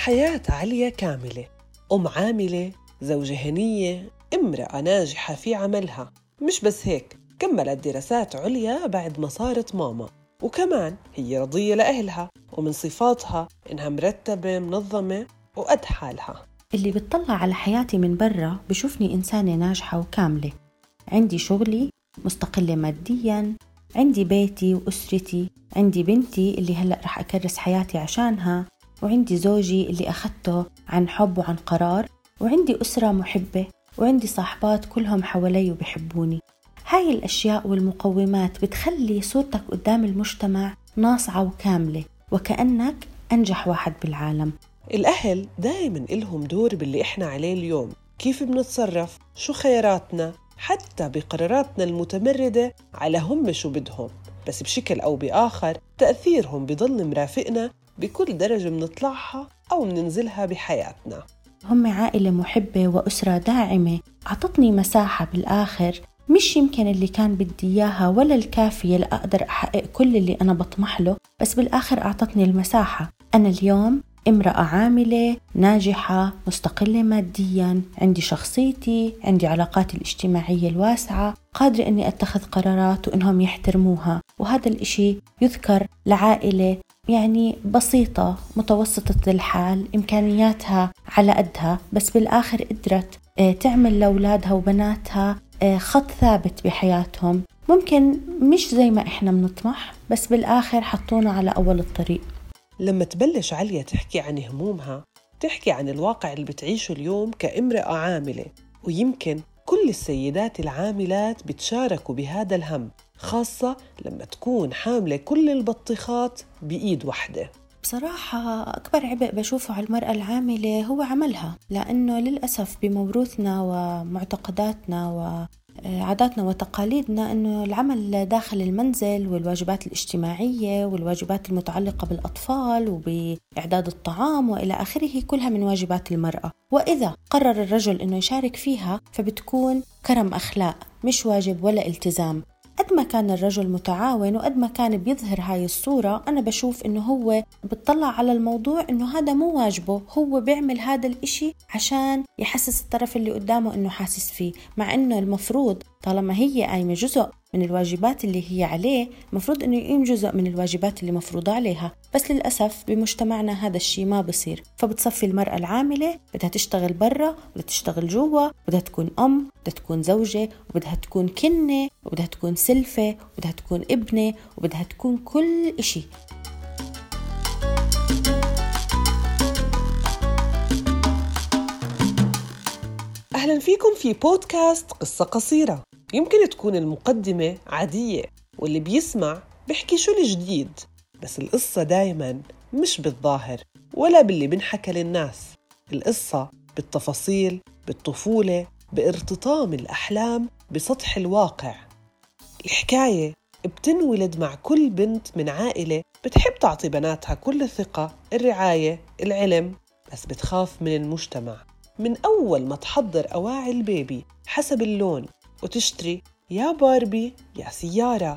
حياة عليا كاملة، أم عاملة، زوجة هنية، امرأة ناجحة في عملها. مش بس هيك، كملت دراسات عليا بعد ما صارت ماما، وكمان هي رضية لأهلها، ومن صفاتها إنها مرتبة منظمة وقد حالها. اللي بتطلع على حياتي من برا بشوفني إنسانة ناجحة وكاملة. عندي شغلي، مستقلة مادياً، عندي بيتي وأسرتي، عندي بنتي اللي هلأ رح أكرس حياتي عشانها، وعندي زوجي اللي أخذته عن حب وعن قرار، وعندي أسرة محبة، وعندي صاحبات كلهم حوالي وبيحبوني. هاي الأشياء والمقومات بتخلي صورتك قدام المجتمع ناصعة وكاملة، وكأنك أنجح واحد بالعالم. الأهل دايماً إلهم دور باللي إحنا عليه اليوم، كيف بنتصرف، شو خياراتنا، حتى بقراراتنا المتمردة على هم شو بدهم. بس بشكل أو بآخر تأثيرهم بيضل مرافقنا بكل درجة منطلعها أو مننزلها بحياتنا. هم عائلة محبة وأسرة داعمة، أعطتني مساحة بالآخر، مش يمكن اللي كان بدي إياها ولا الكافية لأقدر أحقق كل اللي أنا بطمح له، بس بالآخر أعطتني المساحة. أنا اليوم امرأة عاملة، ناجحة، مستقلة مادياً، عندي شخصيتي، عندي علاقاتي الاجتماعية الواسعة، قادرة أني أتخذ قرارات وإنهم يحترموها. وهذا الإشي يذكر لعائلة يعني بسيطة متوسطة الحال، إمكانياتها على قدها، بس بالآخر قدرت تعمل لأولادها وبناتها خط ثابت بحياتهم. ممكن مش زي ما إحنا بنطمح، بس بالآخر حطونا على أول الطريق. لما تبلش عليا تحكي عن همومها، تحكي عن الواقع اللي بتعيشه اليوم كامرأة عاملة، ويمكن كل السيدات العاملات بتشاركوا بهذا الهم، خاصة لما تكون حاملة كل البطيخات بإيد واحدة. بصراحة أكبر عبء بشوفه على المرأة العاملة هو عملها، لأنه للأسف بموروثنا ومعتقداتنا وعاداتنا وتقاليدنا أنه العمل داخل المنزل والواجبات الاجتماعية والواجبات المتعلقة بالأطفال وبإعداد الطعام وإلى آخره كلها من واجبات المرأة، وإذا قرر الرجل أنه يشارك فيها فبتكون كرم أخلاق، مش واجب ولا التزام. قد ما كان الرجل متعاون وقد ما كان بيظهر هاي الصورة، أنا بشوف إنه هو بتطلع على الموضوع إنه هذا مو واجبه، هو بيعمل هذا الإشي عشان يحسس الطرف اللي قدامه إنه حاسس فيه، مع إنه المفروض طالما هي قايمة جزء من الواجبات اللي هي عليه، مفروض إنه يقيم جزء من الواجبات اللي مفروضة عليها. بس للأسف بمجتمعنا هذا الشيء ما بصير، فبتصفي المرأة العاملة بدها تشتغل برا، بدها تشتغل جوا، بدها تكون أم، بدها تكون زوجة، وبدها تكون كنة، وبدها تكون سلفة، وبدها تكون ابنة، وبدها تكون كل إشي. أهلا فيكم في بودكاست قصة قصيرة. يمكن تكون المقدمة عادية واللي بيسمع بيحكي شو الجديد، بس القصة دايماً مش بالظاهر ولا باللي بنحكى للناس. القصة بالتفاصيل، بالطفولة، بارتطام الأحلام بسطح الواقع. الحكاية بتنولد مع كل بنت من عائلة بتحب تعطي بناتها كل الثقة، الرعاية، العلم، بس بتخاف من المجتمع. من أول ما تحضر أواعي البيبي حسب اللون وتشتري يا باربي يا سيارة،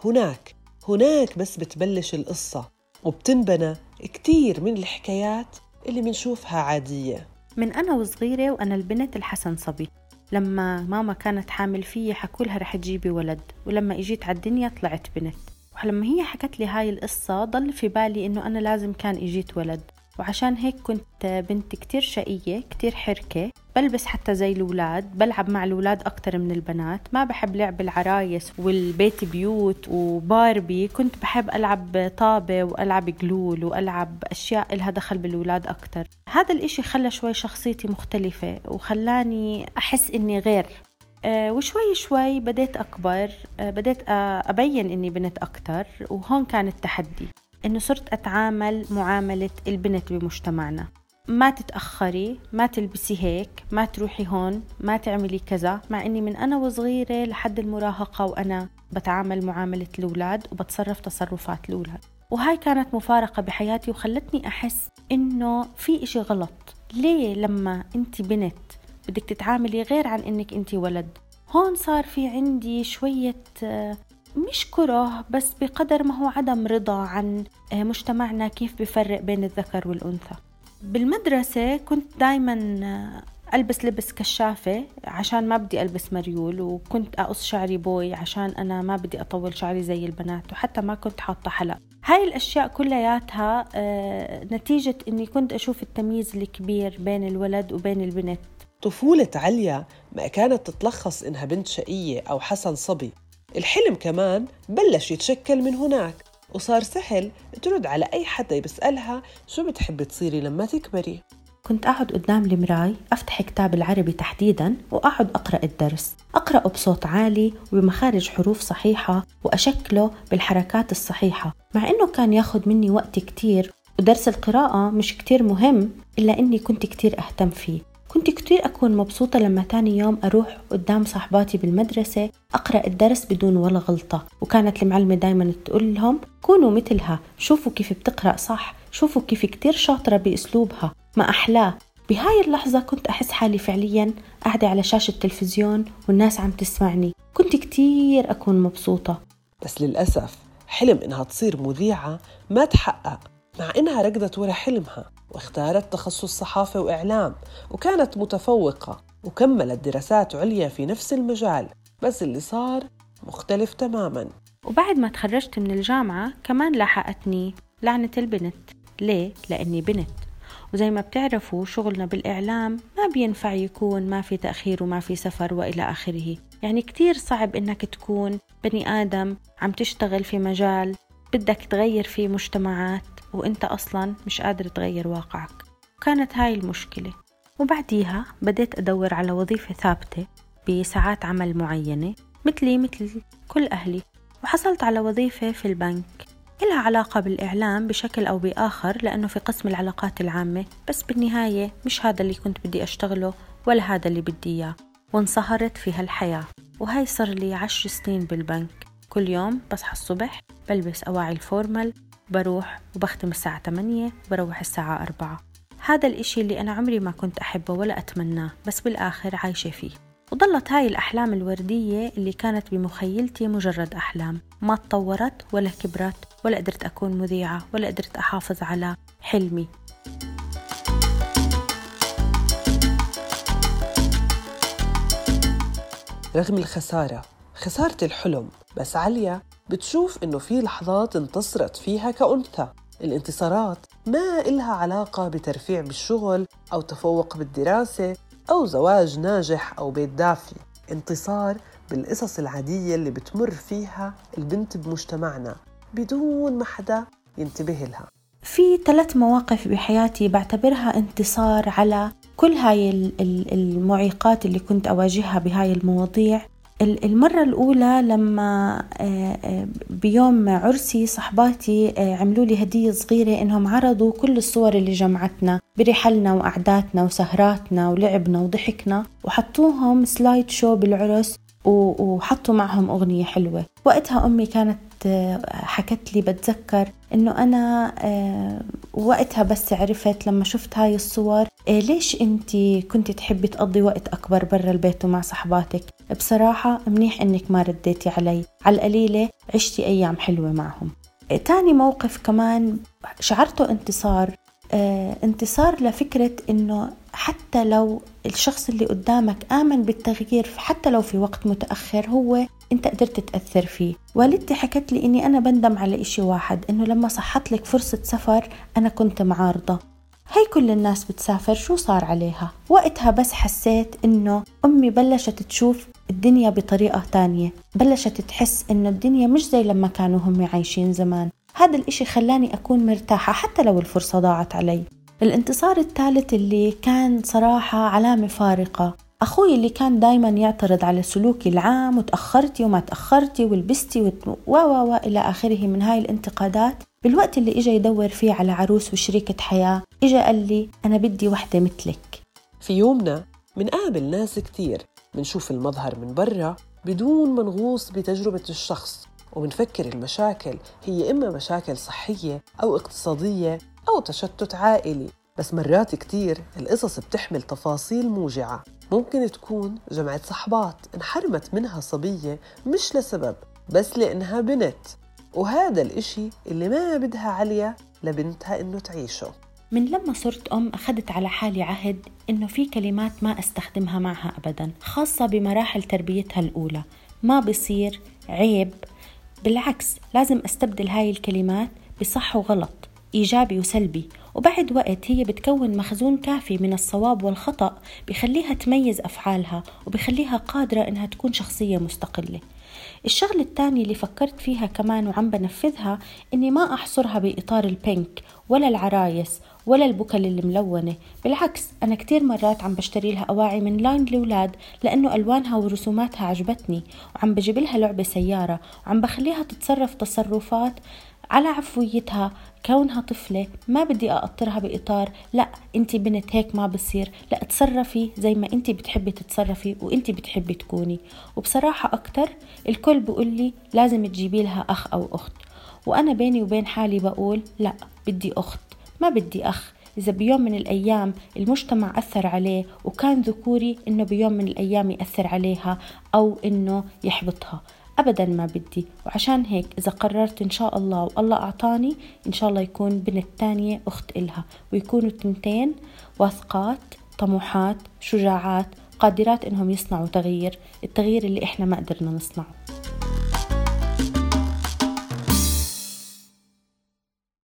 هناك بس بتبلش القصة، وبتنبنى كتير من الحكايات اللي منشوفها عادية. من أنا وصغيرة وأنا البنت الحسن صبي، لما ماما كانت حامل فيي حكولها رح تجيبي ولد، ولما إجيت على الدنيا طلعت بنت. ولما هي حكت لي هاي القصة ضل في بالي إنه أنا لازم كان إجيت ولد، وعشان هيك كنت بنت كتير شقية، كتير حركة، بلبس حتى زي الأولاد، بلعب مع الأولاد أكتر من البنات، ما بحب لعب العرايس والبيت بيوت وباربي، كنت بحب ألعب طابة وألعب قلول وألعب أشياء إلها دخل بالأولاد أكتر. هذا الإشي خلى شوي شخصيتي مختلفة وخلاني أحس إني غير. وشوي شوي بديت أكبر، بديت أبين إني بنت أكتر، وهون كان التحدي إنه صرت أتعامل معاملة البنت بمجتمعنا. ما تتأخري، ما تلبسي هيك، ما تروحي هون، ما تعملي كذا، مع إني من أنا وصغيرة لحد المراهقة وأنا بتعامل معاملة الأولاد وبتصرف تصرفات الأولاد. وهاي كانت مفارقة بحياتي وخلتني أحس إنه في إشي غلط. ليه لما أنت بنت بدك تتعاملي غير عن إنك أنت ولد؟ هون صار في عندي شوية مش كره، بس بقدر ما هو عدم رضا عن مجتمعنا كيف بيفرق بين الذكر والأنثى. بالمدرسة كنت دايما ألبس لبس كشافة عشان ما بدي ألبس مريول، وكنت أقص شعري بوي عشان أنا ما بدي أطول شعري زي البنات، وحتى ما كنت حاطة حلق. هاي الأشياء كلياتها نتيجة أني كنت أشوف التمييز الكبير بين الولد وبين البنت. طفولة عليا ما كانت تتلخص إنها بنت شقية أو حسن صبي، الحلم كمان بلش يتشكل من هناك، وصار سهل ترد على أي حدا يسألها شو بتحبي تصيري لما تكبري. كنت أقعد قدام المراي أفتح كتاب العربي تحديداً وأقعد أقرأ الدرس، أقرأه بصوت عالي وبمخارج حروف صحيحة وأشكله بالحركات الصحيحة، مع إنه كان ياخد مني وقت كتير ودرس القراءة مش كتير مهم، إلا إني كنت كتير أهتم فيه. كنت كتير أكون مبسوطة لما تاني يوم أروح قدام صاحباتي بالمدرسة أقرأ الدرس بدون ولا غلطة، وكانت المعلمة دايماً تقول لهم كونوا مثلها، شوفوا كيف بتقرأ صح، شوفوا كيف كتير شاطرة بأسلوبها، ما أحلاه. بهاي اللحظة كنت أحس حالي فعلياً قاعدة على شاشة التلفزيون والناس عم تسمعني، كنت كتير أكون مبسوطة. بس للأسف حلم إنها تصير مذيعة ما تحقق، مع إنها ركضت ورا حلمها واختارت تخصص صحافة وإعلام، وكانت متفوقة وكملت دراسات عليا في نفس المجال، بس اللي صار مختلف تماماً. وبعد ما تخرجت من الجامعة كمان لاحقتني لعنة البنت. ليه؟ لأني بنت، وزي ما بتعرفوا شغلنا بالإعلام ما بينفع يكون ما في تأخير وما في سفر وإلى آخره. يعني كتير صعب إنك تكون بني آدم عم تشتغل في مجال بدك تغير فيه مجتمعات وإنت أصلاً مش قادر تغير واقعك. كانت هاي المشكلة. وبعديها بديت أدور على وظيفة ثابتة بساعات عمل معينة مثل كل أهلي، وحصلت على وظيفة في البنك إلها علاقة بالإعلام بشكل أو بآخر، لأنه في قسم العلاقات العامة، بس بالنهاية مش هذا اللي كنت بدي أشتغله ولا هذا اللي بدي إياه، وانصهرت في هالحياة. وهاي صار لي 10 سنين بالبنك. كل يوم بصحى الصبح بلبس أواعي الفورمال، بروح وبختم الساعة 8 وبروح الساعة 4. هذا الإشي اللي أنا عمري ما كنت أحبه ولا أتمناه، بس بالآخر عايشة فيه. وظلت هاي الأحلام الوردية اللي كانت بمخيلتي مجرد أحلام، ما تطورت ولا كبرت، ولا قدرت أكون مذيعة، ولا قدرت أحافظ على حلمي. رغم الخسارة، خسارة الحلم، بس عليا بتشوف إنه في لحظات انتصرت فيها كأنثى. الانتصارات ما إلها علاقة بترفيع بالشغل أو تفوق بالدراسة أو زواج ناجح أو بيت دافي. انتصار بالقصص العادية اللي بتمر فيها البنت بمجتمعنا بدون ما حدا ينتبه لها. في 3 مواقف بحياتي بعتبرها انتصار على كل هاي المعيقات اللي كنت أواجهها بهاي المواضيع. المرة الأولى لما بيوم عرسي صحباتي عملوا لي هدية صغيرة، إنهم عرضوا كل الصور اللي جمعتنا برحلنا وقعداتنا وسهراتنا ولعبنا وضحكنا، وحطوهم سلايد شو بالعرس، وحطوا معهم أغنية حلوة. وقتها أمي كانت حكت لي، بتذكر إنه أنا وقتها بس عرفت لما شفت هاي الصور ليش أنتي كنت تحبي تقضي وقت أكبر برا البيت ومع صحباتك. بصراحة منيح إنك ما رديتي علي، على القليلة عشتي أيام حلوة معهم. تاني موقف كمان شعرته انتصار لفكرة إنه حتى لو الشخص اللي قدامك آمن بالتغيير، حتى لو في وقت متأخر، هو أنت قدرت تأثر فيه. والدتي حكت لي إني أنا بندم على إشي واحد، إنه لما صحت لك فرصة سفر أنا كنت معارضة. هاي كل الناس بتسافر، شو صار عليها؟ وقتها بس حسيت إنه أمي بلشت تشوف الدنيا بطريقة تانية، بلشت تحس إنه الدنيا مش زي لما كانوا هم عايشين زمان. هذا الإشي خلاني أكون مرتاحة حتى لو الفرصة ضاعت علي. الانتصار الثالث اللي كان صراحة علامة فارقة، أخوي اللي كان دايما يعترض على سلوكي العام، وتأخرتي وما تأخرتي ولبستي إلى آخره من هاي الانتقادات، بالوقت اللي إجا يدور فيه على عروس وشريكة حياة إجا قال لي أنا بدي وحدة مثلك. في يومنا منقابل ناس كتير، منشوف المظهر من برا بدون ما نغوص بتجربة الشخص، ومنفكر المشاكل هي إما مشاكل صحية أو اقتصادية أو تشتت عائلي. بس مرات كتير القصص بتحمل تفاصيل موجعة. ممكن تكون جمعة صحبات انحرمت منها صبية مش لسبب، بس لأنها بنت، وهذا الإشي اللي ما بدها عليا لبنتها إنه تعيشه. من لما صرت أم أخذت على حالي عهد إنه في كلمات ما أستخدمها معها أبداً، خاصة بمراحل تربيتها الأولى. ما بصير، عيب، بالعكس لازم أستبدل هاي الكلمات بصح وغلط، إيجابي وسلبي. وبعد وقت هي بتكون مخزون كافي من الصواب والخطأ بيخليها تميز أفعالها وبيخليها قادرة إنها تكون شخصية مستقلة. الشغلة الثانية اللي فكرت فيها كمان وعم بنفذها إني ما أحصرها بإطار البينك ولا العرايس ولا البكل الملونة. بالعكس أنا كتير مرات عم بشتري لها أواعي من لاين لأولاد لأنه ألوانها ورسوماتها عجبتني، وعم بجيب لها لعبة سيارة، وعم بخليها تتصرف تصرفات على عفويتها كونها طفلة. ما بدي أقطرها بإطار لا أنتي بنت هيك ما بصير، لا تصرفي زي ما أنتي بتحبي تتصرفي وأنتي بتحبي تكوني. وبصراحة أكتر الكل بيقول لي لازم تجيبي لها أخ أو أخت، وأنا بيني وبين حالي بقول لا، بدي أخت ما بدي أخ. إذا بيوم من الأيام المجتمع أثر عليه وكان ذكوري، إنه بيوم من الأيام يأثر عليها أو إنه يحبطها، أبدا ما بدي. وعشان هيك إذا قررت إن شاء الله والله أعطاني، إن شاء الله يكون بنت تانية أخت إلها، ويكونوا تنتين واثقات طموحات شجاعات قادرات إنهم يصنعوا التغيير اللي إحنا ما قدرنا نصنعه.